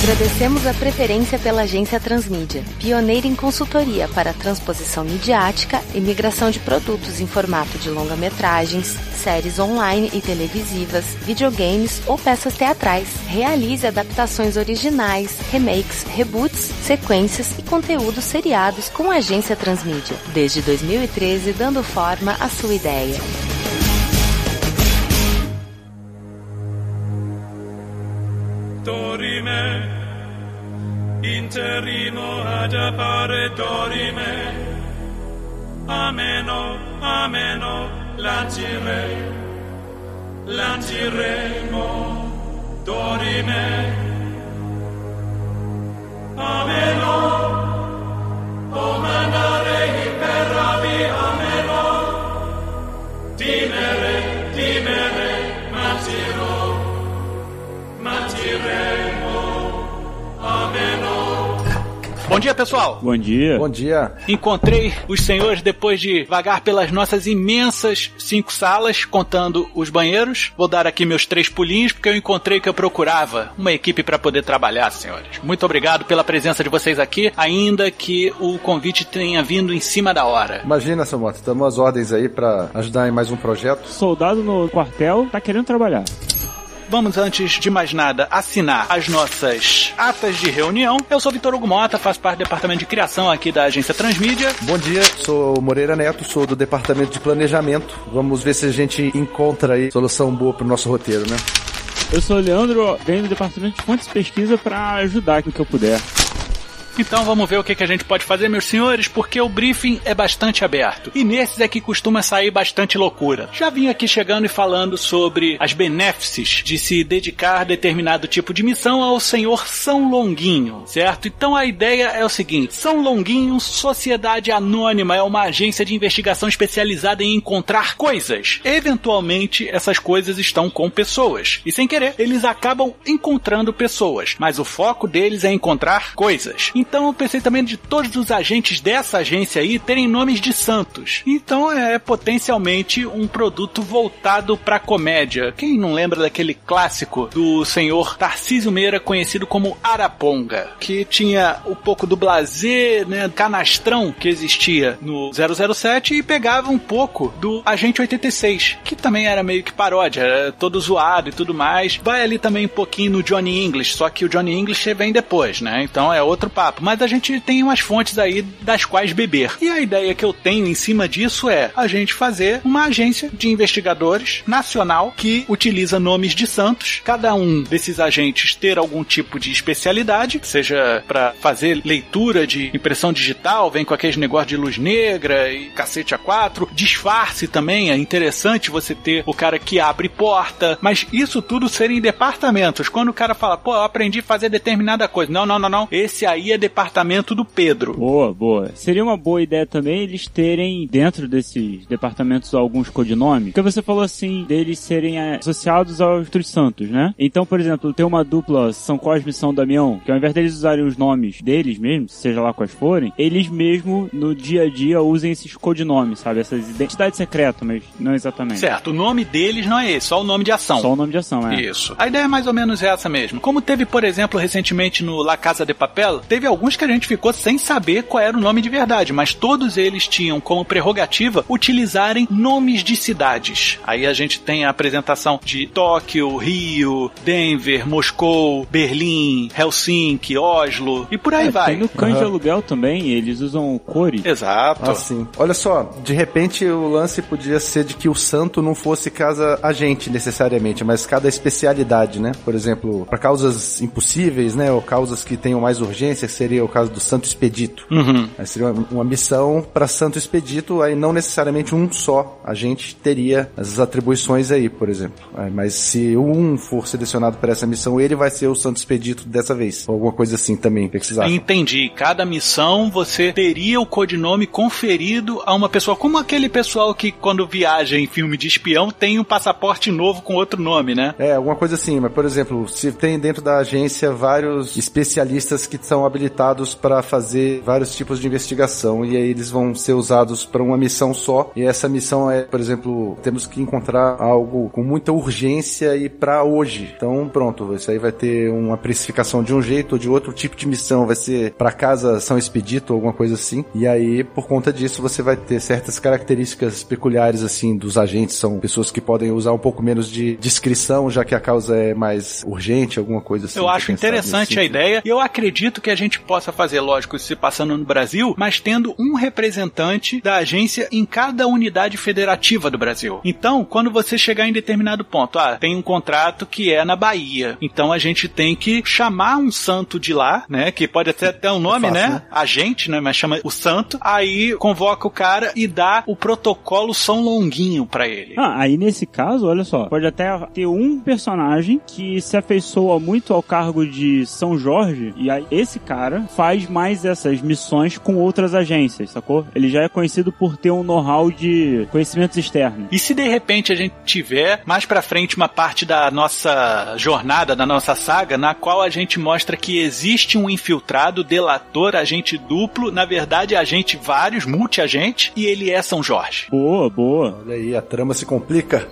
Agradecemos a preferência pela agência Transmídia, pioneira em consultoria para transposição midiática e migração de produtos em formato de longa-metragens, séries online e televisivas, videogames ou peças teatrais. Realize adaptações originais, remakes, reboots, sequências e conteúdos seriados com a agência Transmídia. Desde 2013, dando forma à sua ideia. Dorime, interimo ad appare dorime, ameno, ameno, lanciremo, dorime, ameno, o mandare imperavi, ameno, timere, matiremo, ameno. Bom dia, pessoal. Bom dia. Bom dia. Encontrei os senhores depois de vagar pelas nossas imensas 5 salas, contando os banheiros. Vou dar aqui meus 3 pulinhos, porque eu encontrei o que eu procurava. Uma equipe para poder trabalhar, senhores. Muito obrigado pela presença de vocês aqui, ainda que o convite tenha vindo em cima da hora. Imagina, seu Mota, damos as ordens aí para ajudar em mais um projeto. Soldado no quartel tá querendo trabalhar. Vamos, antes de mais nada, assinar as nossas atas de reunião. Eu sou Vitor Hugo Mota, faço parte do departamento de criação aqui da agência Transmídia. Bom dia, sou Moreira Neto, sou do departamento de planejamento. Vamos ver se a gente encontra aí solução boa pro nosso roteiro, né? Eu sou o Leandro, venho do departamento de fontes e pesquisa para ajudar no que eu puder. Então vamos ver o que a gente pode fazer, meus senhores, porque o briefing é bastante aberto. E nesses é que costuma sair bastante loucura. Já vim aqui chegando e falando sobre as benéfices de se dedicar a determinado tipo de missão ao senhor São Longuinho, certo? Então a ideia é o seguinte: São Longuinho, Sociedade Anônima, é uma agência de investigação especializada em encontrar coisas. Eventualmente, essas coisas estão com pessoas. E sem querer, eles acabam encontrando pessoas. Mas o foco deles é encontrar coisas. Então eu pensei também de todos os agentes dessa agência aí terem nomes de santos. Então é potencialmente um produto voltado pra comédia. Quem não lembra daquele clássico do senhor Tarcísio Meira, conhecido como Araponga, que tinha um pouco do blasé, né, canastrão que existia no 007 e pegava um pouco do Agente 86, que também era meio que paródia, era todo zoado e tudo mais. Vai ali também um pouquinho no Johnny English, só que o Johnny English vem depois, né? Então é outro papo. Mas a gente tem umas fontes aí das quais beber. E a ideia que eu tenho em cima disso é a gente fazer uma agência de investigadores nacional que utiliza nomes de santos. Cada um desses agentes ter algum tipo de especialidade, seja para fazer leitura de impressão digital, vem com aqueles negócios de luz negra e cacete A4. Disfarce também, é interessante você ter o cara que abre porta, mas isso tudo serem departamentos. Quando o cara fala, pô, eu aprendi a fazer determinada coisa. Não. Esse aí é departamento do Pedro. Boa. Seria uma boa ideia também eles terem dentro desses departamentos alguns codinomes, porque você falou assim, deles serem associados aos outros santos, né? Então, por exemplo, tem uma dupla São Cosme e São Damião, que ao invés deles usarem os nomes deles mesmos, seja lá quais forem, eles mesmo no dia a dia usem esses codinomes, sabe? Essas identidades secretas, mas não exatamente. Certo, o nome deles não é esse, só o nome de ação. Só o nome de ação, é. Isso. A ideia é mais ou menos essa mesmo. Como teve, por exemplo, recentemente no La Casa de Papel, teve alguns que a gente ficou sem saber qual era o nome de verdade, mas todos eles tinham como prerrogativa utilizarem nomes de cidades. Aí a gente tem a apresentação de Tóquio, Rio, Denver, Moscou, Berlim, Helsinki, Oslo e por aí vai. Tem no Cães de Aluguel também, eles usam cores. Exato. Assim. Olha só, de repente o lance podia ser de que o santo não fosse cada agente necessariamente, mas cada especialidade, né? Por exemplo, para causas impossíveis, né? Ou causas que tenham mais urgência, seria o caso do Santo Expedito. Aí seria uma missão para Santo Expedito, aí não necessariamente um só agente teria as atribuições aí, por exemplo. Mas se um for selecionado para essa missão, ele vai ser o Santo Expedito dessa vez. Ou alguma coisa assim também, precisava. Entendi. Cada missão você teria o codinome conferido a uma pessoa, como aquele pessoal que quando viaja em filme de espião tem um passaporte novo com outro nome, né? É, alguma coisa assim. Mas, por exemplo, se tem dentro da agência vários especialistas que são limitados para fazer vários tipos de investigação, e aí eles vão ser usados para uma missão só, e essa missão é, por exemplo, temos que encontrar algo com muita urgência e para hoje. Então, pronto, isso aí vai ter uma precificação de um jeito ou de outro. Tipo de missão vai ser para casa São Expedito ou alguma coisa assim, e aí, por conta disso, você vai ter certas características peculiares, assim, dos agentes. São pessoas que podem usar um pouco menos de discrição, já que a causa é mais urgente, alguma coisa assim. Eu acho interessante a ideia, e eu acredito que a gente possa fazer, lógico, isso se passando no Brasil, mas tendo um representante da agência em cada unidade federativa do Brasil. Então, quando você chegar em determinado ponto, tem um contrato que é na Bahia, então a gente tem que chamar um santo de lá, né, que pode até ter um nome, fácil, né, agente, né, mas chama o santo, aí convoca o cara e dá o protocolo São Longuinho pra ele. Aí nesse caso, olha só, pode até ter um personagem que se afeiçoa muito ao cargo de São Jorge, e aí esse cara faz mais essas missões com outras agências, sacou? Ele já é conhecido por ter um know-how de conhecimentos externos. E se de repente a gente tiver mais pra frente uma parte da nossa jornada, da nossa saga, na qual a gente mostra que existe um infiltrado, delator, agente duplo, na verdade agente vários, multi-agente, e ele é São Jorge. Boa. Olha aí, a trama se complica.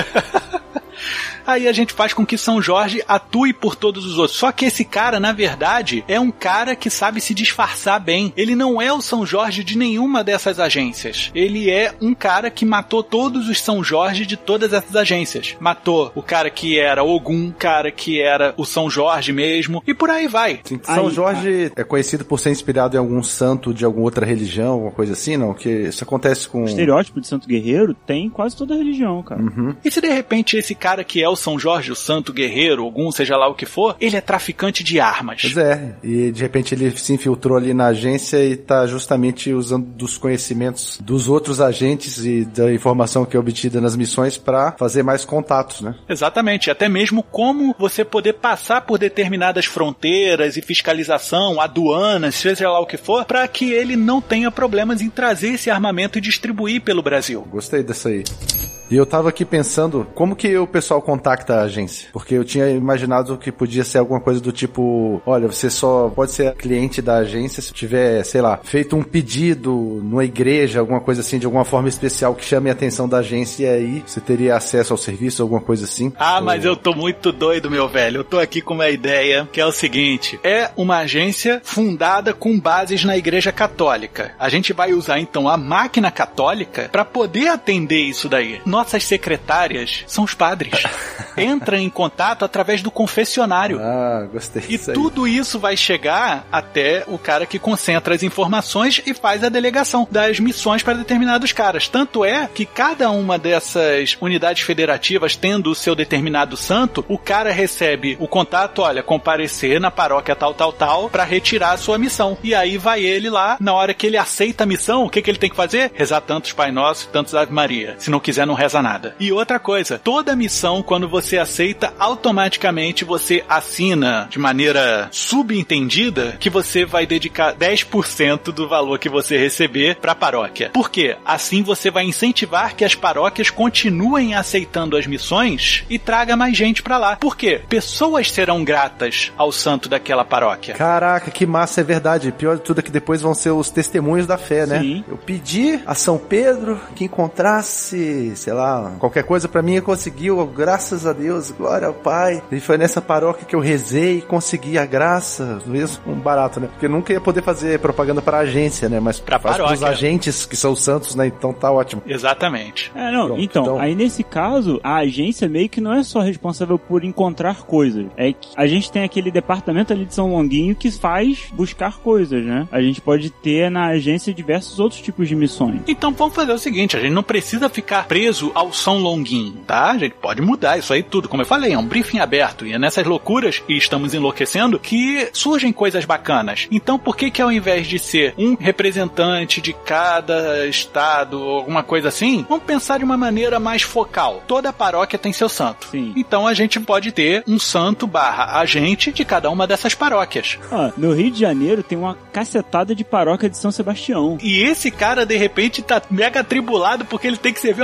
Aí a gente faz com que São Jorge atue por todos os outros. Só que esse cara, na verdade, é um cara que sabe se disfarçar bem. Ele não é o São Jorge de nenhuma dessas agências. Ele é um cara que matou todos os São Jorge de todas essas agências. Matou o cara que era Ogum, o cara que era o São Jorge mesmo, e por aí vai. Sim, São Jorge é conhecido por ser inspirado em algum santo de alguma outra religião, alguma coisa assim, não? Que isso acontece com... O estereótipo de santo guerreiro tem em quase toda a religião, cara. Uhum. E se de repente esse cara que é o São Jorge, o santo guerreiro, algum, seja lá o que for, ele é traficante de armas. Pois é, e de repente ele se infiltrou ali na agência e tá justamente usando dos conhecimentos dos outros agentes e da informação que é obtida nas missões pra fazer mais contatos, né? Exatamente, até mesmo como você poder passar por determinadas fronteiras e fiscalização, aduanas, seja lá o que for, pra que ele não tenha problemas em trazer esse armamento e distribuir pelo Brasil. Gostei dessa aí. E eu tava aqui pensando, como que o pessoal contacta a agência? Porque eu tinha imaginado que podia ser alguma coisa do tipo, olha, você só pode ser cliente da agência se tiver, sei lá, feito um pedido numa igreja, alguma coisa assim, de alguma forma especial que chame a atenção da agência, e aí você teria acesso ao serviço, alguma coisa assim. Mas eu tô muito doido, meu velho. Eu tô aqui com uma ideia que é o seguinte, é uma agência fundada com bases na Igreja Católica. A gente vai usar então a máquina católica pra poder atender isso daí. Nossas secretárias são os padres. Entra em contato através do confessionário. Gostei. E tudo isso vai chegar até o cara que concentra as informações e faz a delegação das missões para determinados caras. Tanto é que cada uma dessas unidades federativas, tendo o seu determinado santo, o cara recebe o contato, olha, comparecer na paróquia tal, para retirar a sua missão. E aí vai ele lá, na hora que ele aceita a missão, o que ele tem que fazer? Rezar tantos Pai Nosso, tantos Ave Maria. Se não quiser, não reza nada. E outra coisa, toda missão, quando você aceita, automaticamente você assina de maneira subentendida que você vai dedicar 10% do valor que você receber para a paróquia. Por quê? Assim você vai incentivar que as paróquias continuem aceitando as missões e traga mais gente para lá. Por quê? Pessoas serão gratas ao santo daquela paróquia. Caraca, que massa, é verdade. Pior de tudo é que depois vão ser os testemunhos da fé, né? Sim. Eu pedi a São Pedro que encontrasse, sei lá, qualquer coisa pra mim, conseguiu, graças a Deus, glória ao Pai. E foi nessa paróquia que eu rezei e consegui a graça, mesmo um barato, né? Porque eu nunca ia poder fazer propaganda pra agência, né? Mas pra paróquia. Os agentes que são os santos, né? Então tá ótimo. Exatamente. Pronto, então, aí nesse caso, a agência meio que não é só responsável por encontrar coisas. É que a gente tem aquele departamento ali de São Longuinho que faz buscar coisas, né? A gente pode ter na agência diversos outros tipos de missões. Então vamos fazer o seguinte, a gente não precisa ficar preso ao São Longuinho, tá? A gente pode mudar isso aí tudo. Como eu falei, é um briefing aberto. E é nessas loucuras, e estamos enlouquecendo, que surgem coisas bacanas. Então por que ao invés de ser um representante de cada estado, alguma coisa assim, vamos pensar de uma maneira mais focal. Toda paróquia tem seu santo. Sim. Então a gente pode ter um santo / agente de cada uma dessas paróquias. No Rio de Janeiro tem uma cacetada de paróquia de São Sebastião. E esse cara, de repente, tá mega atribulado porque ele tem que servir uma porrada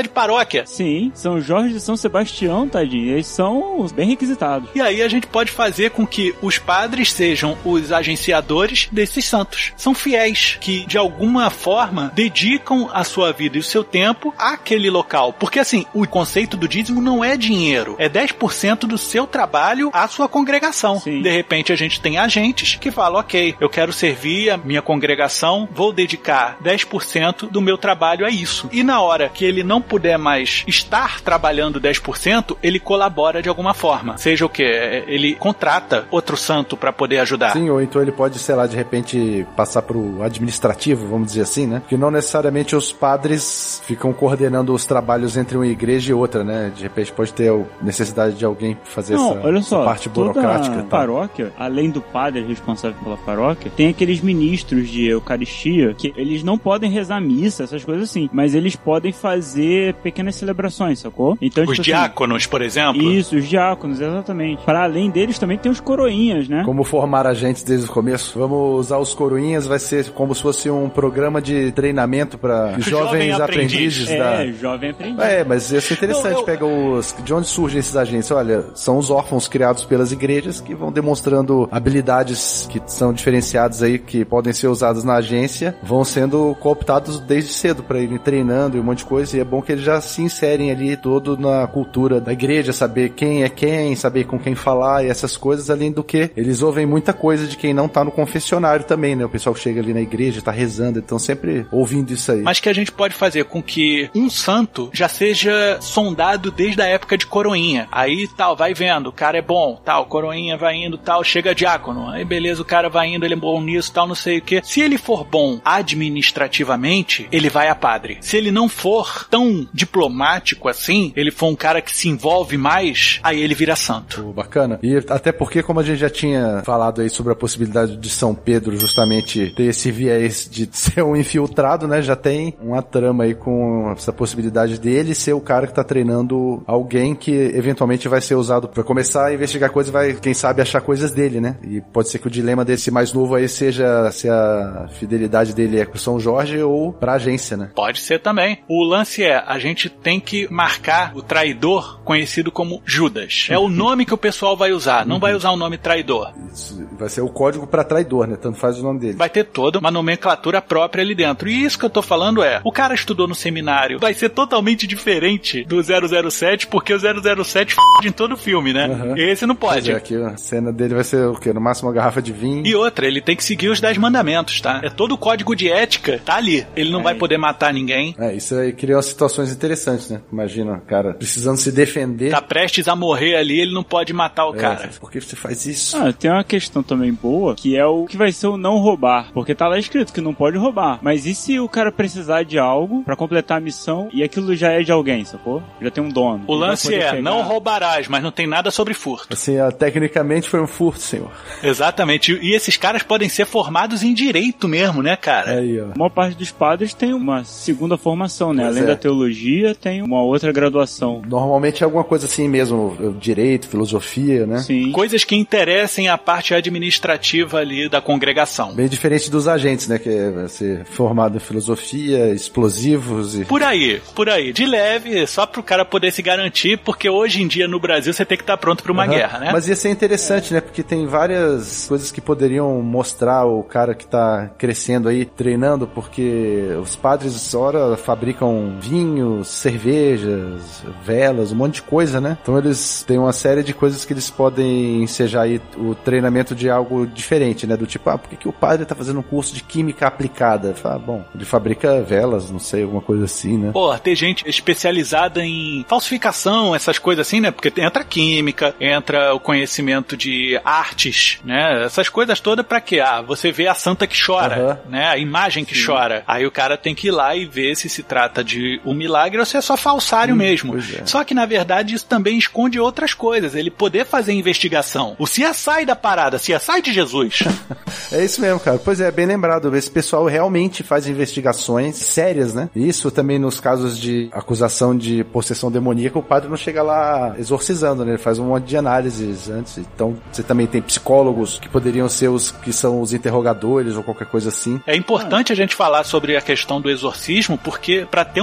de paróquia. Sim, São Jorge e São Sebastião, tadinho, eles são bem requisitados. E aí a gente pode fazer com que os padres sejam os agenciadores desses santos. São fiéis que, de alguma forma, dedicam a sua vida e o seu tempo àquele local. Porque, assim, o conceito do dízimo não é dinheiro, é 10% do seu trabalho à sua congregação. Sim. De repente, a gente tem agentes que falam, ok, eu quero servir a minha congregação, vou dedicar 10% do meu trabalho a isso. E na hora que ele não puder mais estar trabalhando 10%, ele colabora de alguma forma. Seja o quê? Ele contrata outro santo para poder ajudar. Sim, ou então ele pode, sei lá, de repente passar pro administrativo, vamos dizer assim, né? Porque não necessariamente os padres ficam coordenando os trabalhos entre uma igreja e outra, né? De repente pode ter necessidade de alguém fazer essa parte burocrática. Toda paróquia, além do padre responsável pela paróquia, tem aqueles ministros de Eucaristia que eles não podem rezar missa, essas coisas assim, mas eles podem fazer pequenas celebrações, sacou? Então, os diáconos, por exemplo? Isso, os diáconos, exatamente. Para além deles também tem os coroinhas, né? Como formar agentes desde o começo? Vamos usar os coroinhas, vai ser como se fosse um programa de treinamento para jovens aprendizes. Jovem aprendiz. Mas isso é interessante. Pega de onde surgem esses agentes? Olha, são os órfãos criados pelas igrejas que vão demonstrando habilidades que são diferenciadas aí, que podem ser usadas na agência, vão sendo cooptados desde cedo para irem treinando e um monte de coisa, e é bom que eles já se inserem ali todo na cultura da igreja, saber quem é quem, saber com quem falar e essas coisas, além do que eles ouvem muita coisa de quem não tá no confessionário também, né? O pessoal que chega ali na igreja, tá rezando, então sempre ouvindo isso aí. Mas que a gente pode fazer com que um santo já seja sondado desde a época de coroinha. Aí tal, vai vendo, o cara é bom, tal, coroinha vai indo, tal, chega diácono, aí beleza, o cara vai indo, ele é bom nisso, tal, não sei o que. Se ele for bom administrativamente, ele vai a padre. Se ele não for tão diplomático assim, ele for um cara que se envolve mais, aí ele vira santo. Bacana. E até porque, como a gente já tinha falado aí sobre a possibilidade de São Pedro justamente ter esse viés de ser um infiltrado, né? Já tem uma trama aí com essa possibilidade dele ser o cara que tá treinando alguém que eventualmente vai ser usado pra começar a investigar coisas e vai, quem sabe, achar coisas dele, né? E pode ser que o dilema desse mais novo aí seja se a fidelidade dele é pro São Jorge ou pra agência, né? Pode ser também. O lance é, a gente tem que marcar o traidor conhecido como Judas. É o nome que o pessoal vai usar, não vai usar o nome traidor. Isso vai ser o código pra traidor, né? Tanto faz o nome dele. Vai ter toda uma nomenclatura própria ali dentro. E isso que eu tô falando é, o cara estudou no seminário, vai ser totalmente diferente do 007, porque o 007 f*** em todo o filme, né? Uhum. Esse não pode. Aqui a cena dele vai ser o quê? No máximo uma garrafa de vinho. E outra, ele tem que seguir os 10 mandamentos, tá? É todo o código de ética, tá ali. Ele não vai poder matar ninguém. Isso aí cria situações interessantes, né? Imagina, cara, precisando se defender. Tá prestes a morrer ali, ele não pode matar o cara. Por que você faz isso? Tem uma questão também boa, que é o que vai ser o não roubar. Porque tá lá escrito que não pode roubar. Mas e se o cara precisar de algo pra completar a missão e aquilo já é de alguém, sacou? Já tem um dono. O lance não roubarás, mas não tem nada sobre furto. Assim, tecnicamente foi um furto, senhor. Exatamente. E esses caras podem ser formados em direito mesmo, né, cara? Aí, ó. A maior parte dos padres tem uma segunda formação, né? Além da teologia, tem uma outra graduação. Normalmente é alguma coisa assim mesmo, direito, filosofia, né? Sim. Coisas que interessem a parte administrativa ali da congregação. Bem diferente dos agentes, né? Que vai ser formado em filosofia, explosivos e... Por aí. De leve, só pro cara poder se garantir, porque hoje em dia no Brasil você tem que estar pronto pra uma guerra, né? Mas ia ser interessante, né? Porque tem várias coisas que poderiam mostrar o cara que tá crescendo aí, treinando, porque os padres, ora, fabricam vinhos, cervejas, velas, um monte de coisa, né? Então eles têm uma série de coisas que eles podem ensejar aí o treinamento de algo diferente, né? Do tipo, por que o padre tá fazendo um curso de química aplicada? Bom, ele fabrica velas, não sei, alguma coisa assim, né? Pô, tem gente especializada em falsificação, essas coisas assim, né? Porque entra química, entra o conhecimento de artes, né? Essas coisas todas pra quê? Você vê a santa que chora, né? A imagem que chora. Aí o cara tem que ir lá e ver se trata de um milagre ou se é só falsário mesmo. Só que, na verdade, isso também esconde outras coisas. Ele poder fazer investigação. O CSI da parada, CSI de Jesus. É isso mesmo, cara. Pois é, bem lembrado. Esse pessoal realmente faz investigações sérias, né? Isso também nos casos de acusação de possessão demoníaca, o padre não chega lá exorcizando, né? Ele faz um monte de análises antes. Então, você também tem psicólogos que poderiam ser os que são os interrogadores ou qualquer coisa assim. É importante a gente falar sobre a questão do exorcismo, porque para ter uma liberação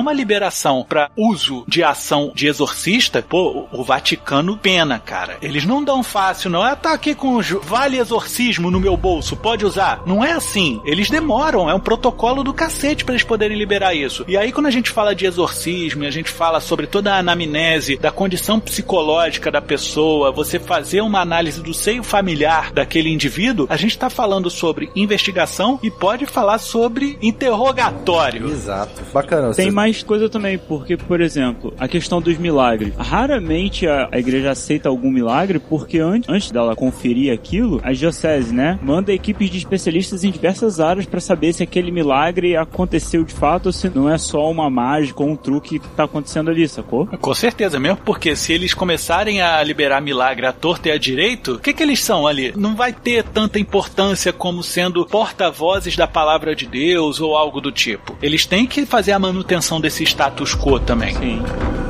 liberação para uso de ação de exorcista, pô, o Vaticano pena, cara. Eles não dão fácil, não. Tá aqui com vale exorcismo no meu bolso, pode usar. Não é assim. Eles demoram, é um protocolo do cacete pra eles poderem liberar isso. E aí quando a gente fala de exorcismo, a gente fala sobre toda a anamnese da condição psicológica da pessoa, você fazer uma análise do seio familiar daquele indivíduo, a gente tá falando sobre investigação e pode falar sobre interrogatório. Exato. Bacana. Tem mais coisa também, porque, por exemplo, a questão dos milagres. Raramente a igreja aceita algum milagre, porque antes dela conferir aquilo, a diocese, né, manda equipes de especialistas em diversas áreas para saber se aquele milagre aconteceu de fato ou se não é só uma mágica ou um truque que tá acontecendo ali, sacou? Com certeza, mesmo porque se eles começarem a liberar milagre à torta e à direito, o que eles são ali? Não vai ter tanta importância como sendo porta-vozes da palavra de Deus ou algo do tipo. Eles têm que fazer a manutenção desse status quo também. Sim.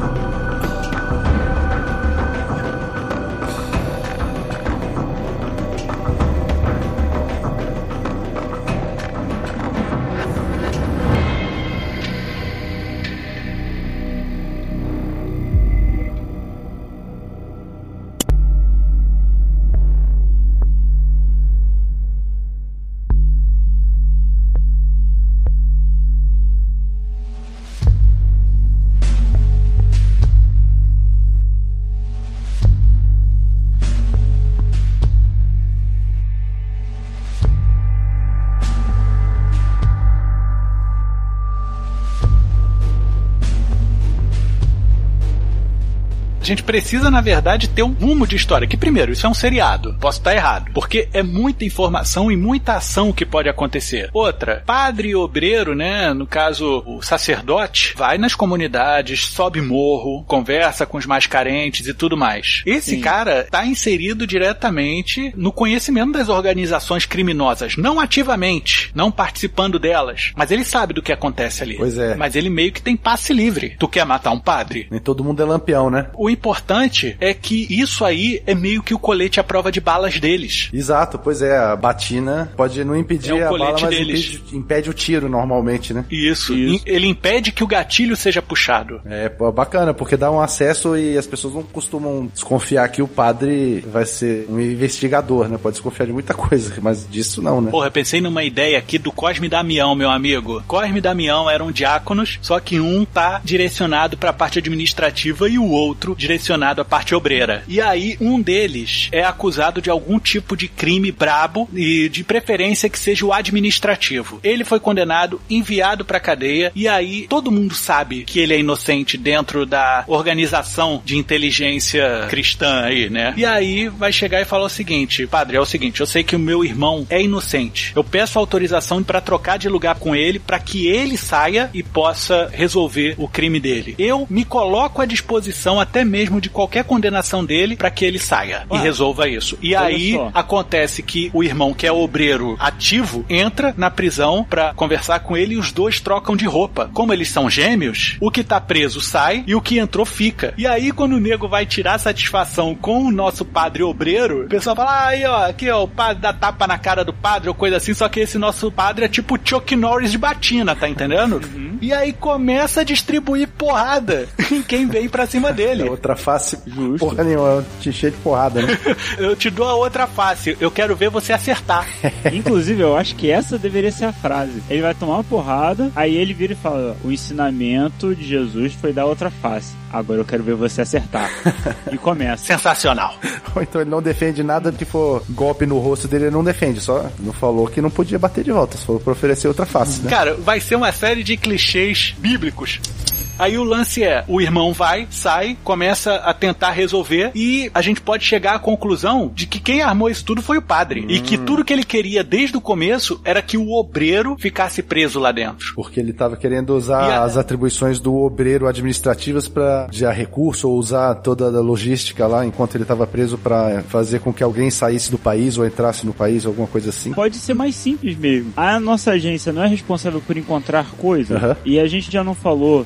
A gente precisa, na verdade, ter um rumo de história. Que, primeiro, isso é um seriado. Posso estar errado. Porque é muita informação e muita ação que pode acontecer. Outra, padre e obreiro, né? No caso, o sacerdote, vai nas comunidades, sobe morro, conversa com os mais carentes e tudo mais. Esse cara está inserido diretamente no conhecimento das organizações criminosas. Não ativamente, não participando delas. Mas ele sabe do que acontece ali. Pois é. Mas ele meio que tem passe livre. Tu quer matar um padre? Nem todo mundo é lampião, né? O importante é que isso aí é meio que o colete à prova de balas deles. Exato, pois é, a batina pode não impedir a bala, mas impede o tiro normalmente, né? Isso. Ele impede que o gatilho seja puxado. É bacana, porque dá um acesso e as pessoas não costumam desconfiar que o padre vai ser um investigador, né? Pode desconfiar de muita coisa, mas disso não, né? Porra, eu pensei numa ideia aqui do Cosme e Damião, meu amigo. Cosme e Damião eram diáconos, só que um tá direcionado pra parte administrativa e o outro direcionado à parte obreira. E aí, um deles é acusado de algum tipo de crime brabo e de preferência que seja o administrativo. Ele foi condenado, enviado pra cadeia, e aí todo mundo sabe que ele é inocente dentro da organização de inteligência cristã aí, né? E aí vai chegar e falar o seguinte: padre, é o seguinte, eu sei que o meu irmão é inocente. Eu peço autorização pra trocar de lugar com ele, pra que ele saia e possa resolver o crime dele. Eu me coloco à disposição até mesmo de qualquer condenação dele pra que ele saia e resolva isso. E aí acontece que o irmão, que é obreiro ativo, entra na prisão pra conversar com ele e os dois trocam de roupa. Como eles são gêmeos, o que tá preso sai e o que entrou fica. E aí quando o nego vai tirar satisfação com o nosso padre obreiro, o pessoal fala, aí ó, aqui ó, o padre dá tapa na cara do padre ou coisa assim, só que esse nosso padre é tipo Chuck Norris de batina, tá entendendo? E aí começa a distribuir porrada em quem vem pra cima dele. A outra face, porra nenhuma, te cheio de porrada, né? Eu te dou a outra face, eu quero ver você acertar. Inclusive, eu acho que essa deveria ser a frase. Ele vai tomar uma porrada, aí ele vira e fala, o ensinamento de Jesus foi dar outra face. Agora eu quero ver você acertar. E começa. Sensacional. Ou então ele não defende nada que for golpe no rosto dele, ele não defende, só não falou que não podia bater de volta, só falou pra oferecer outra face, né? Cara, vai ser uma série de clichês bíblicos. Aí o lance é, o irmão vai, sai, começa a tentar resolver e a gente pode chegar à conclusão de que quem armou isso tudo foi o padre. E que tudo que ele queria desde o começo era que o obreiro ficasse preso lá dentro. Porque ele tava querendo usar as atribuições do obreiro administrativas pra gerar recurso ou usar toda a logística lá enquanto ele tava preso pra fazer com que alguém saísse do país ou entrasse no país, alguma coisa assim. Pode ser mais simples mesmo. A nossa agência não é responsável por encontrar coisa e a gente já não falou de ter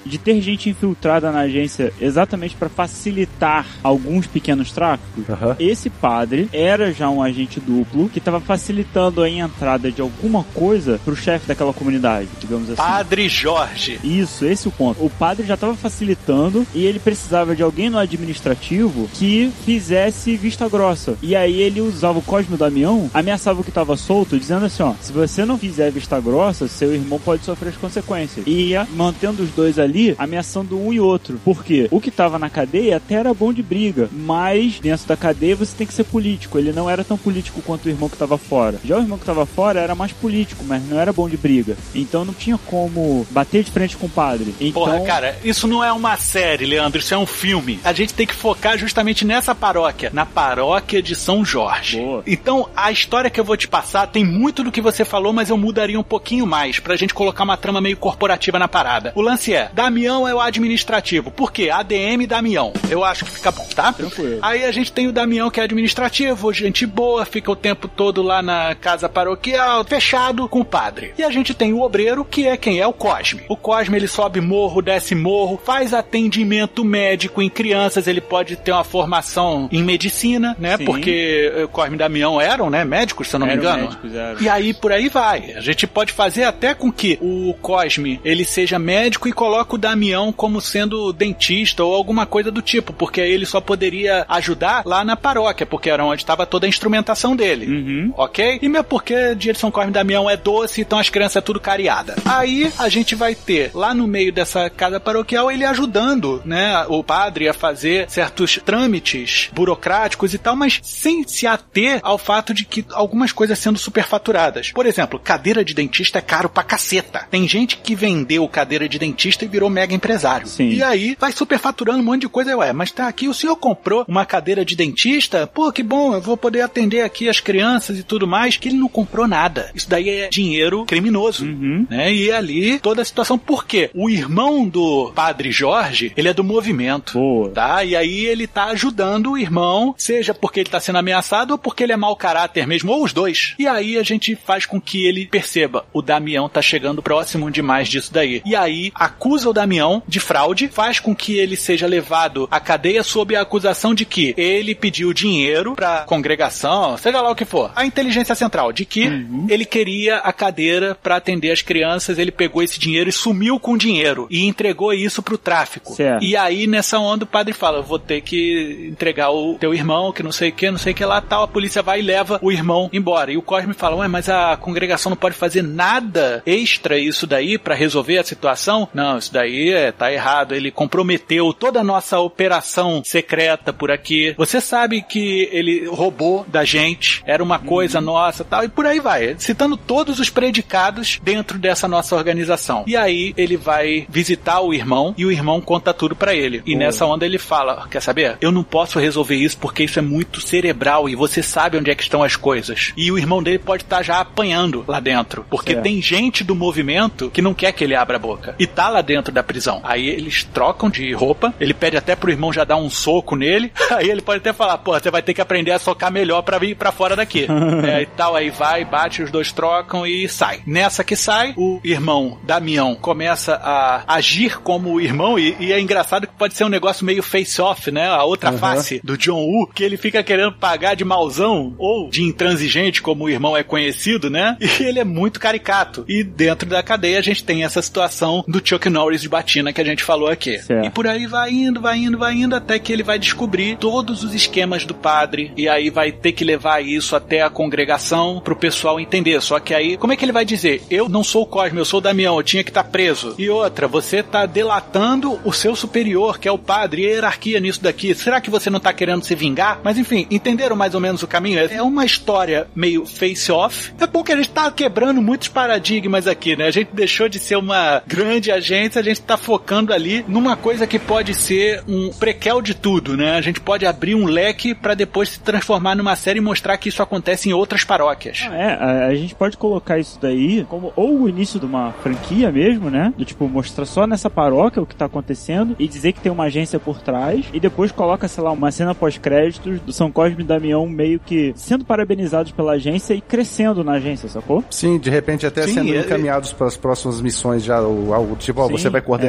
gente infiltrada na agência exatamente para facilitar alguns pequenos tráficos. Esse padre era já um agente duplo que estava facilitando a entrada de alguma coisa pro chefe daquela comunidade, digamos assim. Padre Jorge. Isso, esse é o ponto. O padre já estava facilitando e ele precisava de alguém no administrativo que fizesse vista grossa. E aí ele usava o Cosme Damião, ameaçava o que estava solto, dizendo assim, ó, se você não fizer vista grossa, seu irmão pode sofrer as consequências. E ia mantendo os dois ali, ameaçando um e outro. Por quê? O que estava na cadeia até era bom de briga, mas dentro da cadeia você tem que ser político. Ele não era tão político quanto o irmão que estava fora. Já o irmão que estava fora era mais político, mas não era bom de briga. Então não tinha como bater de frente com o padre. Então... Porra, cara, isso não é uma série, Leandro, isso é um filme. A gente tem que focar justamente nessa paróquia, na paróquia de São Jorge. Boa. Então, a história que eu vou te passar tem muito do que você falou, mas eu mudaria um pouquinho mais, pra gente colocar uma trama meio corporativa na parada. O lance é, Damião é o administrativo. Por quê? ADM Damião. Eu acho que fica bom, tá? Tranquilo. Aí a gente tem o Damião, que é administrativo, gente boa, fica o tempo todo lá na casa paroquial, fechado com o padre. E a gente tem o obreiro, que é quem? É o Cosme. O Cosme, ele sobe morro, desce morro, faz atendimento médico em crianças, ele pode ter uma formação em medicina, né? Sim. Porque Cosme e Damião eram, né? Médicos, se eu não me engano. Médicos, eram. E aí, por aí vai. A gente pode fazer até com que o Cosme, ele seja médico e coloque o Damião como sendo dentista ou alguma coisa do tipo, porque aí ele só poderia ajudar lá na paróquia, porque era onde estava toda a instrumentação dele. Ok? E mesmo porque dia de São Cosme e Damião é doce, então as crianças é tudo cariada. Aí a gente vai ter lá no meio dessa casa paroquial ele ajudando, né, o padre a fazer certos trâmites burocráticos e tal, mas sem se ater ao fato de que algumas coisas sendo superfaturadas. Por exemplo, cadeira de dentista é caro pra caceta. Tem gente que vendeu cadeira de dentista e virou mega empresário. Sim. E aí vai superfaturando um monte de coisa. Ué, mas tá aqui, o senhor comprou uma cadeira de dentista? Pô, que bom, eu vou poder atender aqui as crianças e tudo mais. Que ele não comprou nada. Isso daí é dinheiro criminoso. Né? E ali toda a situação. Por quê? O irmão do padre Jorge, ele é do movimento. Boa. Tá? E aí ele tá ajudando o irmão, seja porque ele tá sendo ameaçado ou porque ele é mau caráter mesmo, ou os dois. E aí a gente faz com que ele perceba, o Damião tá chegando próximo demais disso daí. E aí acusa o Damião de fraude, faz com que ele seja levado à cadeia sob a acusação de que ele pediu dinheiro pra congregação, seja lá o que for, a inteligência central, de que ele queria a cadeira pra atender as crianças, ele pegou esse dinheiro e sumiu com o dinheiro e entregou isso pro tráfico. Certo. E aí nessa onda o padre fala, eu vou ter que entregar o teu irmão, que não sei o que lá, tal, a polícia vai e leva o irmão embora. E o Cosme fala, ué, mas a congregação não pode fazer nada extra isso daí pra resolver a situação? Não, isso daí tá errado, ele comprometeu toda a nossa operação secreta por aqui. Você sabe que ele roubou da gente, era uma coisa nossa, tal, e por aí vai, citando todos os predicados dentro dessa nossa organização. E aí ele vai visitar o irmão e o irmão conta tudo pra ele. E nessa onda ele fala, quer saber? Eu não posso resolver isso porque isso é muito cerebral e você sabe onde é que estão as coisas. E o irmão dele pode estar já apanhando lá dentro, porque tem gente do movimento que não quer que ele abra a boca e tá lá dentro da prisão. Aí eles trocam de roupa, ele pede até pro irmão já dar um soco nele, aí ele pode até falar, pô, você vai ter que aprender a socar melhor pra vir pra fora daqui. E tal, aí vai, bate, os dois trocam e sai. Nessa que sai, o irmão Damião começa a agir como o irmão e é engraçado que pode ser um negócio meio face-off, né? A outra face do John Woo, que ele fica querendo pagar de mauzão ou de intransigente, como o irmão é conhecido, né? E ele é muito caricato. E dentro da cadeia a gente tem essa situação do Chuck Norris de batina que a gente falou aqui. Certo. E por aí vai indo, até que ele vai descobrir todos os esquemas do padre, e aí vai ter que levar isso até a congregação pro pessoal entender. Só que aí, como é que ele vai dizer? Eu não sou o Cosme, eu sou o Damião, eu tinha que estar preso. E outra, você tá delatando o seu superior, que é o padre, e a hierarquia nisso daqui. Será que você não tá querendo se vingar? Mas enfim, entenderam mais ou menos o caminho? É uma história meio face-off. É bom que a gente tá quebrando muitos paradigmas aqui, né? A gente deixou de ser uma grande agência, a gente tá focando ali numa coisa que pode ser um prequel de tudo, né? A gente pode abrir um leque pra depois se transformar numa série e mostrar que isso acontece em outras paróquias. A gente pode colocar isso daí como ou o início de uma franquia mesmo, né? Do tipo, mostrar só nessa paróquia o que tá acontecendo e dizer que tem uma agência por trás e depois coloca, sei lá, uma cena pós-créditos do São Cosme e Damião meio que sendo parabenizados pela agência e crescendo na agência, sacou? Sim, de repente até sendo encaminhados para as próximas missões já, algo tipo, ó, você vai coordenar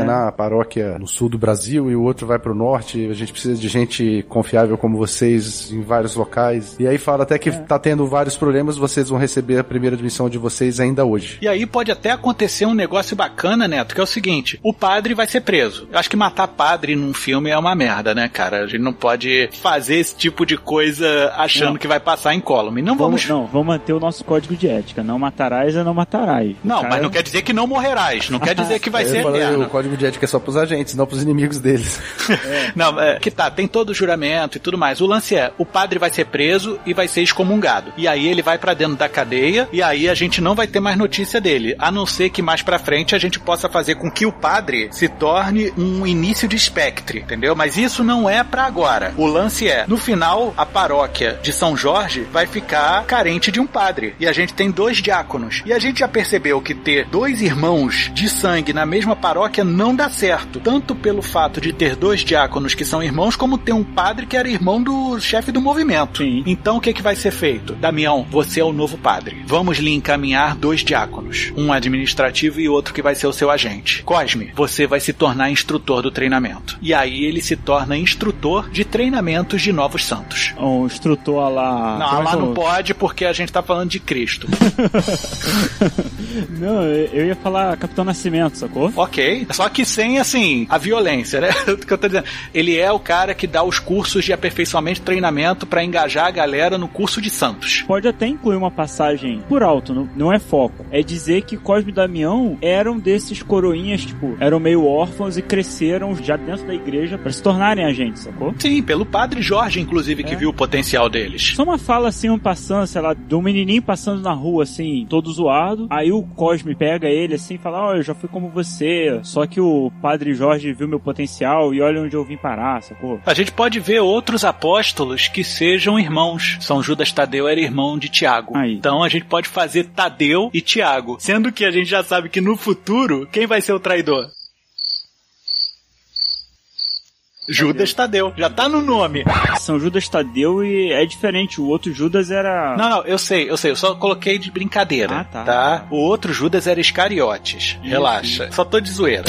coordenar a paróquia no sul do Brasil e o outro vai pro norte, a gente precisa de gente confiável como vocês em vários locais. E aí fala até que tá tendo vários problemas, vocês vão receber a primeira admissão de vocês ainda hoje. E aí pode até acontecer um negócio bacana, Neto, que é o seguinte, o padre vai ser preso. Eu acho que matar padre num filme é uma merda, né, cara? A gente não pode fazer esse tipo de coisa achando que vai passar incólume. Vamos manter o nosso código de ética. Não matarás é não matarás. Não, mas não quer dizer que não morrerás. Não quer dizer que vai ser eterno. O código de ética é só pros agentes, não pros inimigos deles. Não, que tá, tem todo o juramento e tudo mais. O lance é, o padre vai ser preso e vai ser excomungado. E aí ele vai pra dentro da cadeia e aí a gente não vai ter mais notícia dele. A não ser que mais pra frente a gente possa fazer com que o padre se torne um início de espectre, entendeu? Mas isso não é pra agora. O lance é, no final, a paróquia de São Jorge vai ficar carente de um padre. E a gente tem 2 diáconos. E a gente já percebeu que ter 2 irmãos de sangue na mesma paróquia não dá certo. Tanto pelo fato de ter 2 diáconos que são irmãos, como ter um padre que era irmão do chefe do movimento. Sim. Então o que vai ser feito? Damião, você é o novo padre. Vamos lhe encaminhar 2 diáconos. Um administrativo e outro que vai ser o seu agente. Cosme, você vai se tornar instrutor do treinamento. E aí ele se torna instrutor de treinamentos de novos santos. Um instrutor lá... Não, lá não pode porque a gente tá falando de Cristo. Não, eu ia falar Capitão Nascimento, sacou? Ok, só que sem, assim, a violência, né? O que eu tô dizendo. Ele é o cara que dá os cursos de aperfeiçoamento e treinamento pra engajar a galera no curso de santos. Pode até incluir uma passagem por alto, não é foco. É dizer que Cosme e Damião eram desses coroinhas, tipo, eram meio órfãos e cresceram já dentro da igreja pra se tornarem agentes, sacou? Sim, pelo padre Jorge, inclusive, que viu o potencial deles. Só uma fala assim, passando, sei lá, de um menininho passando na rua, assim, todo zoado. Aí o Cosme pega ele, assim, e fala, ó, eu já fui como você, só que o padre Jorge viu meu potencial e olha onde eu vim parar, sacou? A gente pode ver outros apóstolos que sejam irmãos. São Judas Tadeu era irmão de Tiago. Aí. Então a gente pode fazer Tadeu e Tiago. Sendo que a gente já sabe que no futuro, quem vai ser o traidor? Judas Tadeu. Já tá no nome. São Judas Tadeu e é diferente. O outro Judas era... Não, eu sei. Eu só coloquei de brincadeira. Ah, tá. O outro Judas era Iscariotes. Relaxa. Só tô de zoeira.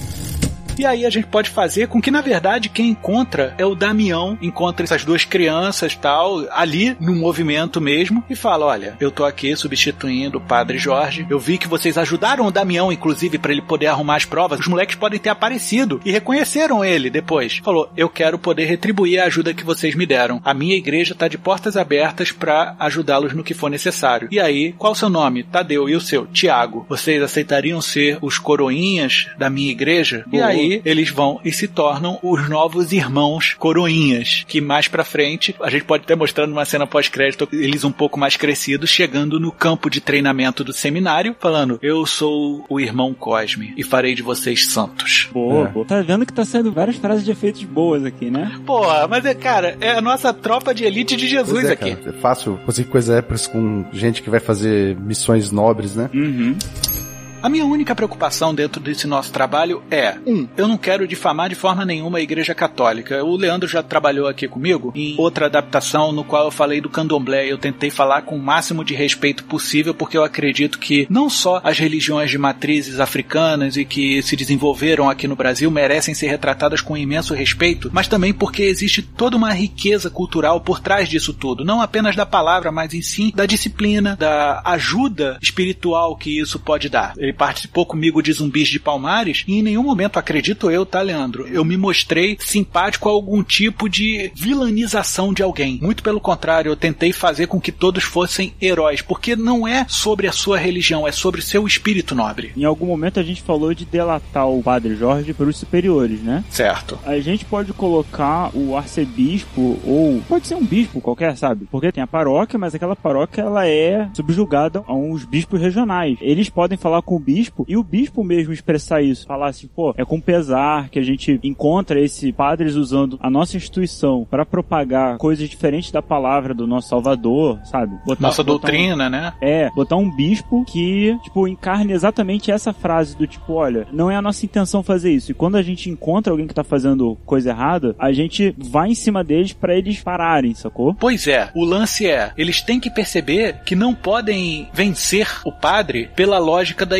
E aí a gente pode fazer com que, na verdade, quem encontra é o Damião, encontra essas 2 crianças tal, ali no movimento mesmo, e fala, olha, eu tô aqui substituindo o padre Jorge, eu vi que vocês ajudaram o Damião, inclusive, pra ele poder arrumar as provas, os moleques podem ter aparecido e reconheceram ele depois. Falou, eu quero poder retribuir a ajuda que vocês me deram. A minha igreja tá de portas abertas pra ajudá-los no que for necessário. E aí, qual o seu nome? Tadeu. E o seu? Tiago. Vocês aceitariam ser os coroinhas da minha igreja? E aí, eles vão e se tornam os novos irmãos coroinhas, que mais pra frente, a gente pode até mostrar numa cena pós-crédito, eles um pouco mais crescidos, chegando no campo de treinamento do seminário, falando, eu sou o irmão Cosme e farei de vocês santos. Pô, tá vendo que tá saindo várias frases de efeitos boas aqui, né? Pô, mas cara, é a nossa tropa de elite de Jesus aqui. Cara, é fácil conseguir coisas épicas com gente que vai fazer missões nobres, né? Uhum. A minha única preocupação dentro desse nosso trabalho é, eu não quero difamar de forma nenhuma a Igreja Católica. O Leandro já trabalhou aqui comigo em outra adaptação no qual eu falei do candomblé. Eu tentei falar com o máximo de respeito possível porque eu acredito que não só as religiões de matrizes africanas e que se desenvolveram aqui no Brasil merecem ser retratadas com imenso respeito, mas também porque existe toda uma riqueza cultural por trás disso tudo. Não apenas da palavra, mas em si da disciplina, da ajuda espiritual que isso pode dar. Ele participou comigo de Zumbis de Palmares e em nenhum momento, acredito eu, tá, Leandro? Eu me mostrei simpático a algum tipo de vilanização de alguém. Muito pelo contrário, eu tentei fazer com que todos fossem heróis, porque não é sobre a sua religião, é sobre seu espírito nobre. Em algum momento a gente falou de delatar o padre Jorge para os superiores, né? Certo. A gente pode colocar o arcebispo, ou pode ser um bispo qualquer, sabe? Porque tem a paróquia, mas aquela paróquia ela é subjugada a uns bispos regionais. Eles podem falar com o bispo e o bispo mesmo expressar isso, falar assim, pô, é com pesar que a gente encontra esses padres usando a nossa instituição para propagar coisas diferentes da palavra do nosso Salvador, sabe? Nossa doutrina, né? Botar um bispo que, tipo, encarne exatamente essa frase do tipo, olha, não é a nossa intenção fazer isso. E quando a gente encontra alguém que tá fazendo coisa errada, a gente vai em cima deles pra eles pararem, sacou? Pois é, o lance é, eles têm que perceber que não podem vencer o padre pela lógica da igreja.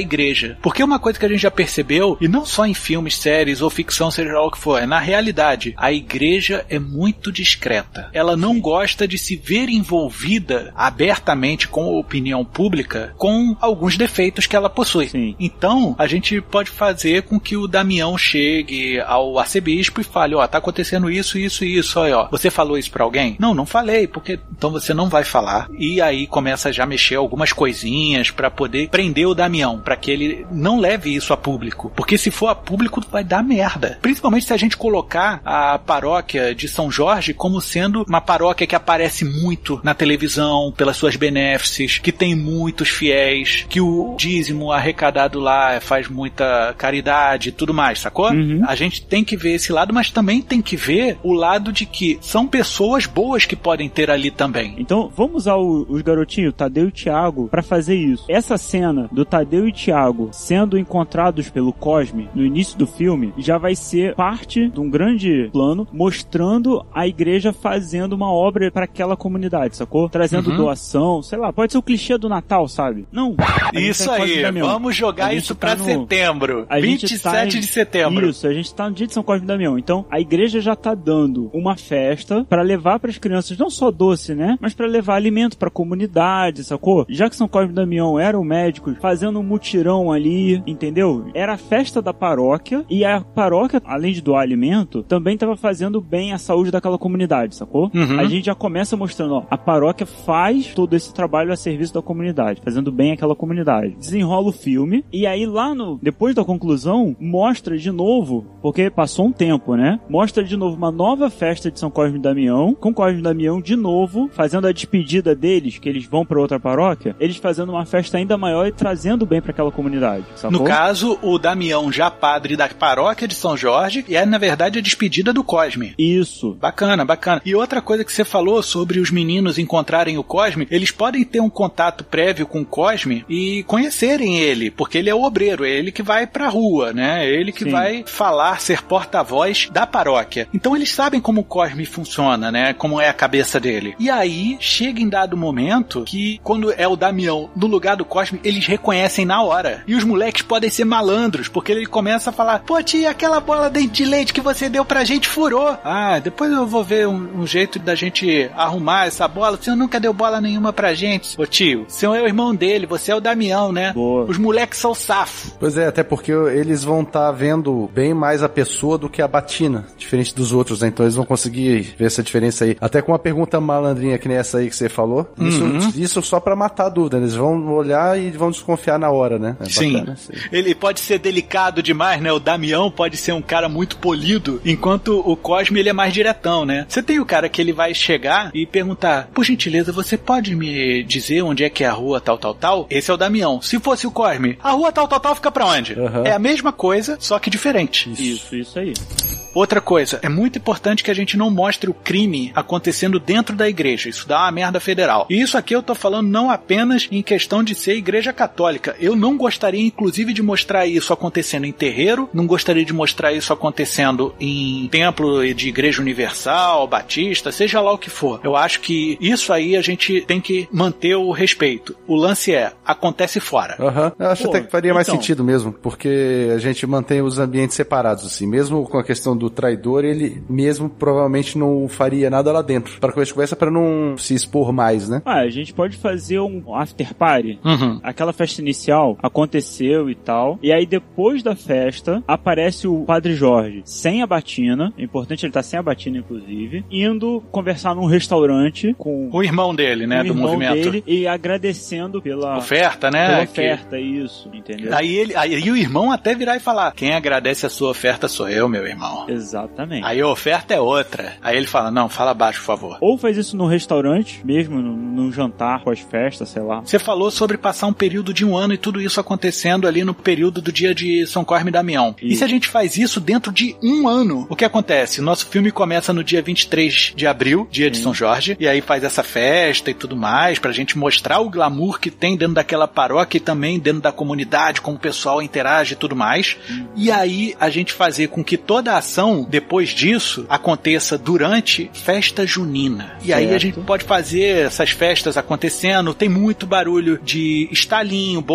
igreja. Porque uma coisa que a gente já percebeu, e não só em filmes, séries ou ficção, seja lá o que for, na realidade, a igreja é muito discreta. Ela não gosta de se ver envolvida abertamente com a opinião pública com alguns defeitos que ela possui. Sim. Então, a gente pode fazer com que o Damião chegue ao arcebispo e fale, ó, tá acontecendo isso, isso e isso, ó, você falou isso pra alguém? Não, não falei, porque então você não vai falar. E aí começa já a mexer algumas coisinhas pra poder prender o Damião, pra que ele não leve isso a público. Porque se for a público, vai dar merda. Principalmente se a gente colocar a paróquia de São Jorge como sendo uma paróquia que aparece muito na televisão, pelas suas benéfices, que tem muitos fiéis, que o dízimo arrecadado lá faz muita caridade e tudo mais, sacou? Uhum. A gente tem que ver esse lado, mas também tem que ver o lado de que são pessoas boas que podem ter ali também. Então, vamos usar os garotinhos, Tadeu e Tiago, pra fazer isso. Essa cena do Tadeu e Tiago sendo encontrados pelo Cosme no início do filme já vai ser parte de um grande plano mostrando a igreja fazendo uma obra pra aquela comunidade, sacou? Trazendo doação, sei lá, pode ser o clichê do Natal, sabe? Não. Isso aí, vamos jogar isso pra setembro. 27 de setembro. Isso, a gente tá no dia de São Cosme e Damião. Então, a igreja já tá dando uma festa pra levar pras crianças, não só doce, né? Mas pra levar alimento pra comunidade, sacou? Já que São Cosme e Damião eram médicos, fazendo um mutirão ali, entendeu? Era a festa da paróquia, e a paróquia, além de doar alimento, também tava fazendo bem a saúde daquela comunidade, sacou? A gente já começa mostrando, ó, a paróquia faz todo esse trabalho a serviço da comunidade, fazendo bem aquela comunidade. Desenrola o filme, e aí lá depois da conclusão, mostra de novo, porque passou um tempo, né? Mostra de novo uma nova festa de São Cosme e Damião, com Cosme e Damião de novo, fazendo a despedida deles, que eles vão pra outra paróquia, eles fazendo uma festa ainda maior e trazendo bem pra aquela comunidade, sacou? No caso, o Damião já padre da paróquia de São Jorge, e é na verdade a despedida do Cosme. Isso. Bacana, bacana. E outra coisa que você falou sobre os meninos encontrarem o Cosme, eles podem ter um contato prévio com o Cosme e conhecerem ele, porque ele é o obreiro, é ele que vai pra rua, né? É ele que vai falar, ser porta-voz da paróquia. Então eles sabem como o Cosme funciona, né? Como é a cabeça dele. E aí, chega em dado momento que, quando é o Damião no lugar do Cosme, eles reconhecem na hora. E os moleques podem ser malandros, porque ele começa a falar, pô tia, aquela bola de leite que você deu pra gente furou. Ah, depois eu vou ver um jeito da gente arrumar essa bola. O senhor nunca deu bola nenhuma pra gente. Ô tio, o senhor é o irmão dele, você é o Damião, né? Boa. Os moleques são safos. Pois é, até porque eles vão estar vendo bem mais a pessoa do que a batina, diferente dos outros, né? Então eles vão conseguir ver essa diferença aí. Até com uma pergunta malandrinha que nem essa aí que você falou. Isso só pra matar a dúvida, né? Eles vão olhar e vão desconfiar na hora, né? Sim. Bacana, ele pode ser delicado demais, né? O Damião pode ser um cara muito polido, enquanto o Cosme, ele é mais diretão, né? Você tem o cara que ele vai chegar e perguntar, por gentileza, você pode me dizer onde é que é a rua tal, tal, tal? Esse é o Damião. Se fosse o Cosme, a rua tal, tal, tal fica pra onde? É a mesma coisa, só que diferente. Isso aí. Outra coisa, é muito importante que a gente não mostre o crime acontecendo dentro da igreja. Isso dá uma merda federal. E isso aqui eu tô falando não apenas em questão de ser igreja católica. Eu não gostaria, inclusive, de mostrar isso acontecendo em terreiro, não gostaria de mostrar isso acontecendo em templo de igreja universal, batista, seja lá o que for. Eu acho que isso aí a gente tem que manter o respeito. O lance acontece fora. Eu acho até que faria mais sentido mesmo, porque a gente mantém os ambientes separados, assim. Mesmo com a questão do traidor, ele mesmo provavelmente não faria nada lá dentro. Para conversa para não se expor mais, né? A gente pode fazer um after party. Aquela festa inicial aconteceu e tal. E aí depois da festa aparece o Padre Jorge sem a batina. É importante ele estar sem a batina, inclusive. Indo conversar num restaurante com o irmão dele, né? Do movimento. Dele, e agradecendo pela oferta, né? Pela oferta, isso, entendeu? Aí o irmão até virar e falar: quem agradece a sua oferta sou eu, meu irmão. Exatamente. Aí a oferta é outra. Aí ele fala, não, fala baixo, por favor. Ou faz isso no restaurante, mesmo num jantar, pós-festa, sei lá. Você falou sobre passar um período de um ano e tudo isso acontecendo ali no período do dia de São Cosme e Damião. E se a gente faz isso dentro de um ano, o que acontece? Nosso filme começa no dia 23 de abril, dia de São Jorge, e aí faz essa festa e tudo mais, pra gente mostrar o glamour que tem dentro daquela paróquia e também dentro da comunidade, como o pessoal interage e tudo mais. E aí a gente fazer com que toda a ação, depois disso, aconteça durante festa junina. E aí a gente pode fazer essas festas acontecendo, tem muito barulho de estalinho, bombinha,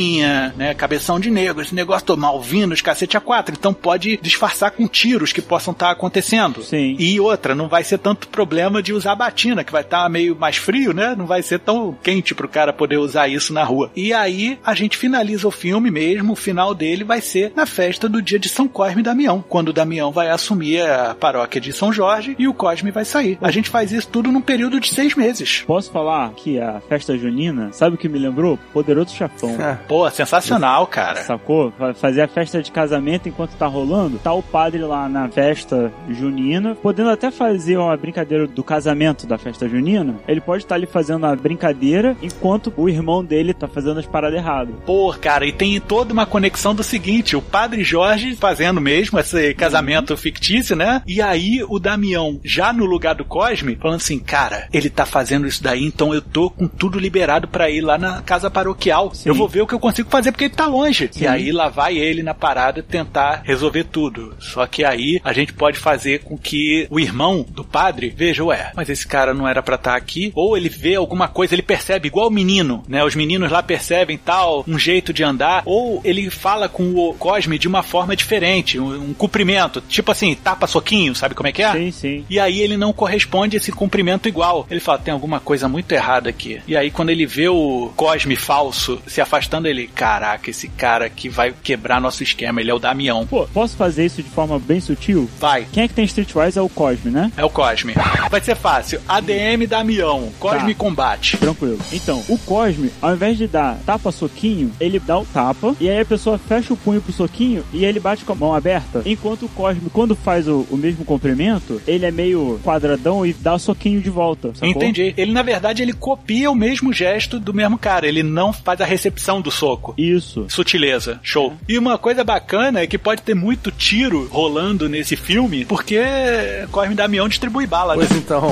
barbinha, né, cabeção de negro, esse negócio todo, malvinos, cacete A4, então pode disfarçar com tiros que possam estar acontecendo. Sim. E outra, não vai ser tanto problema de usar batina, que vai estar meio mais frio, né? Não vai ser tão quente pro cara poder usar isso na rua. E aí, a gente finaliza o filme mesmo, o final dele vai ser na festa do dia de São Cosme e Damião, quando o Damião vai assumir a paróquia de São Jorge e o Cosme vai sair. A gente faz isso tudo num período de 6 meses. Posso falar que a festa junina, sabe o que me lembrou? Poderoso Chefão. Pô, sensacional, cara. Sacou? Fazer a festa de casamento enquanto tá rolando, tá o padre lá na festa junina, podendo até fazer uma brincadeira do casamento da festa junina, ele pode estar ali fazendo a brincadeira enquanto o irmão dele tá fazendo as paradas erradas. Pô, cara, e tem toda uma conexão do seguinte, o padre Jorge fazendo mesmo esse casamento fictício, né? E aí o Damião, já no lugar do Cosme, falando assim, cara, ele tá fazendo isso daí, então eu tô com tudo liberado pra ir lá na casa paroquial. Sim. Eu vou ver o que eu consigo fazer porque ele tá longe. Sim. E aí lá vai ele na parada tentar resolver tudo. Só que aí a gente pode fazer com que o irmão do padre veja, ué, mas esse cara não era pra estar aqui. Ou ele vê alguma coisa, ele percebe igual o menino, né? Os meninos lá percebem tal, um jeito de andar. Ou ele fala com o Cosme de uma forma diferente, um cumprimento. Tipo assim, tapa soquinho, sabe como é que é? Sim, sim. E aí ele não corresponde a esse cumprimento igual. Ele fala, tem alguma coisa muito errada aqui. E aí quando ele vê o Cosme falso se afastando, ele, caraca, esse cara aqui vai quebrar nosso esquema, ele é o Damião. Pô, posso fazer isso de forma bem sutil? Vai. Quem é que tem Streetwise é o Cosme, né? É o Cosme. Vai ser fácil. ADM Damião. Cosme combate. Tranquilo. Então, o Cosme, ao invés de dar tapa-soquinho, ele dá o tapa, e aí a pessoa fecha o punho pro soquinho, e ele bate com a mão aberta, enquanto o Cosme, quando faz o mesmo comprimento, ele é meio quadradão e dá o soquinho de volta, sacou? Entendi. Ele, na verdade, ele copia o mesmo gesto do mesmo cara. Ele não faz a recepção do soco. Isso. Sutileza. Show. E uma coisa bacana é que pode ter muito tiro rolando nesse filme, porque Cosme e Damião distribui bala, pois né? Então.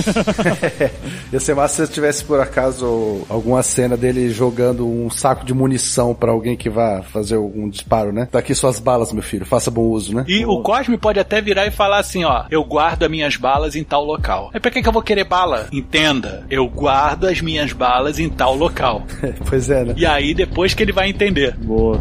Ia ser massa se tivesse, por acaso, alguma cena dele jogando um saco de munição pra alguém que vá fazer algum disparo, né? Tá aqui suas balas, meu filho. Faça bom uso, né? E o Cosme pode até virar e falar assim, ó, eu guardo as minhas balas em tal local. Aí pra que eu vou querer bala? Entenda, eu guardo as minhas balas em tal local. Pois é, né? E aí depois que ele vai entender. Boa.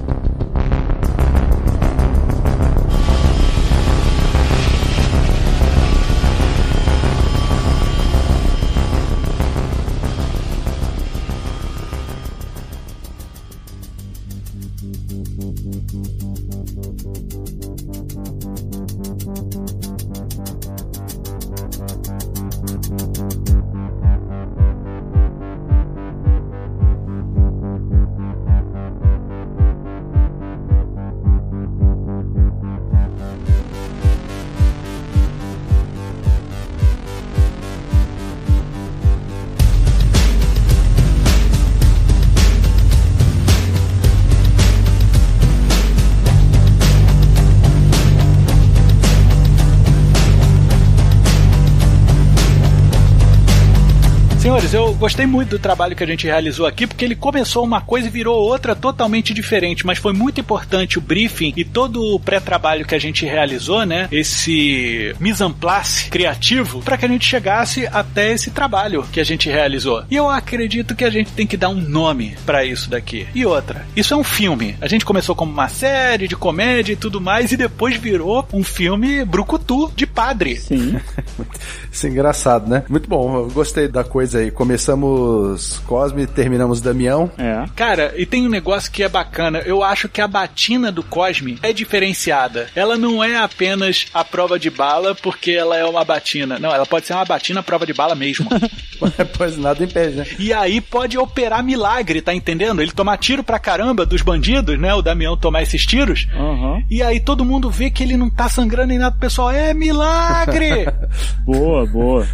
Senhores, eu gostei muito do trabalho que a gente realizou aqui, porque ele começou uma coisa e virou outra totalmente diferente, mas foi muito importante o briefing e todo o pré-trabalho que a gente realizou, né? Esse mise en place criativo, para que a gente chegasse até esse trabalho que a gente realizou. E eu acredito que a gente tem que dar um nome para isso daqui. E outra, isso é um filme. A gente começou como uma série de comédia e tudo mais, e depois virou um filme brucutu de padre. Sim. Isso é engraçado, né? Muito bom, eu gostei da coisa aí. Começamos Cosme, terminamos Damião. É. Cara, e tem um negócio que é bacana. Eu acho que a batina do Cosme é diferenciada. Ela não é apenas a prova de bala porque ela é uma batina. Não, ela pode ser uma batina à prova de bala mesmo. Pois nada impede, né? E aí pode operar milagre, tá entendendo? Ele tomar tiro pra caramba dos bandidos, né? O Damião tomar esses tiros. Uhum. E aí todo mundo vê que ele não tá sangrando nem nada. O pessoal, é milagre! Boa, boa.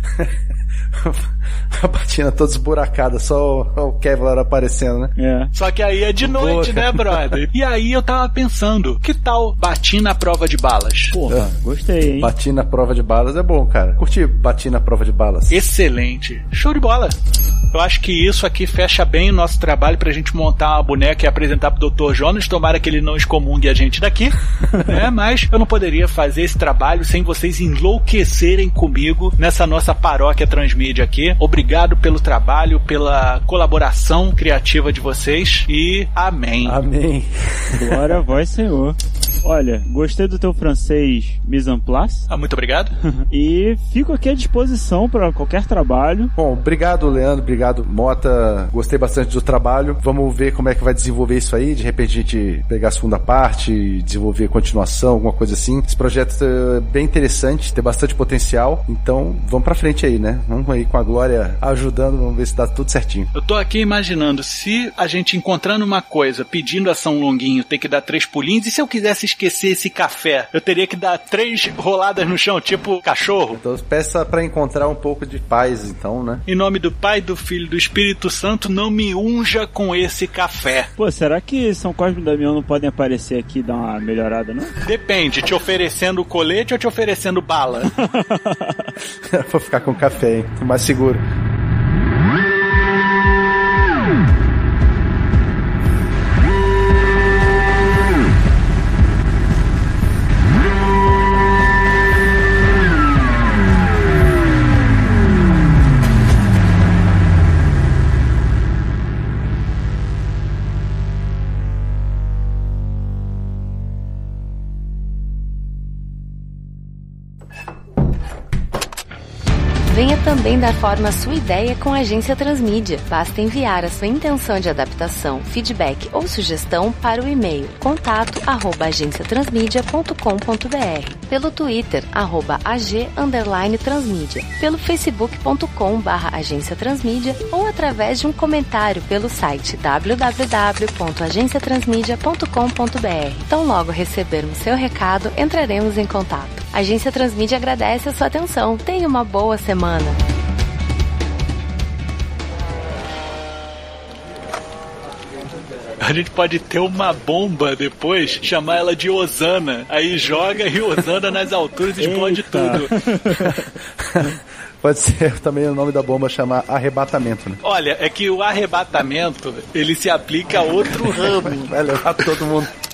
A batina toda esburacada, só o Kevlar aparecendo, né? É. Só que aí é de noite, né, brother? E aí eu tava pensando, que tal batina à prova de balas? Porra, gostei, hein? Batina à prova de balas é bom, cara. Curti batina à prova de balas. Excelente. Show de bola. Eu acho que isso aqui fecha bem o nosso trabalho pra gente montar uma boneca e apresentar pro Dr. Jonas. Tomara que ele não excomungue a gente daqui, né? Mas eu não poderia fazer esse trabalho sem vocês enlouquecerem comigo nessa nossa paróquia Transmídia aqui. Obrigado pelo trabalho, pela colaboração criativa de vocês e amém. Amém. Glória a vós, Senhor. Olha, gostei do teu francês mise en place. Muito obrigado. E fico aqui à disposição para qualquer trabalho. Bom, obrigado, Leandro. Obrigado, Mota. Gostei bastante do trabalho. Vamos ver como é que vai desenvolver isso aí. De repente a gente pegar a segunda parte, desenvolver continuação, alguma coisa assim. Esse projeto é bem interessante, tem bastante potencial. Então, vamos pra frente aí, né? Vamos aí com a Glória ajudando. Vamos ver se dá tudo certinho. Eu tô aqui imaginando, se a gente encontrando uma coisa, pedindo a São Longuinho, tem que dar 3 pulinhos, e se eu quisesse esquecer esse café, eu teria que dar 3 roladas no chão, tipo cachorro? Então peça pra encontrar um pouco de paz, então, né? Em nome do Pai, do Filho e do Espírito Santo, não me unja com esse café. Pô, será que São Cosme e Damião não podem aparecer aqui e dar uma melhorada, não? Depende, te oferecendo colete ou te oferecendo bala? Vou ficar com café, hein? Mais seguro. Venha também dar forma à sua ideia com a Agência Transmídia. Basta enviar a sua intenção de adaptação, feedback ou sugestão para o e-mail contato@agenciatransmedia.com.br, pelo Twitter @ag_transmídia, pelo facebook.com/Agência Transmídia ou através de um comentário pelo site www.agenciatransmedia.com.br. Tão logo recebermos seu recado, entraremos em contato. A Agência Transmídia agradece a sua atenção. Tenha uma boa semana. A gente pode ter uma bomba depois, chamar ela de Osana. Aí joga e Osana nas alturas e explode tudo. Pode ser também o nome da bomba chamar arrebatamento, né? Olha, é que o arrebatamento, ele se aplica a outro ramo. Vai levar todo mundo.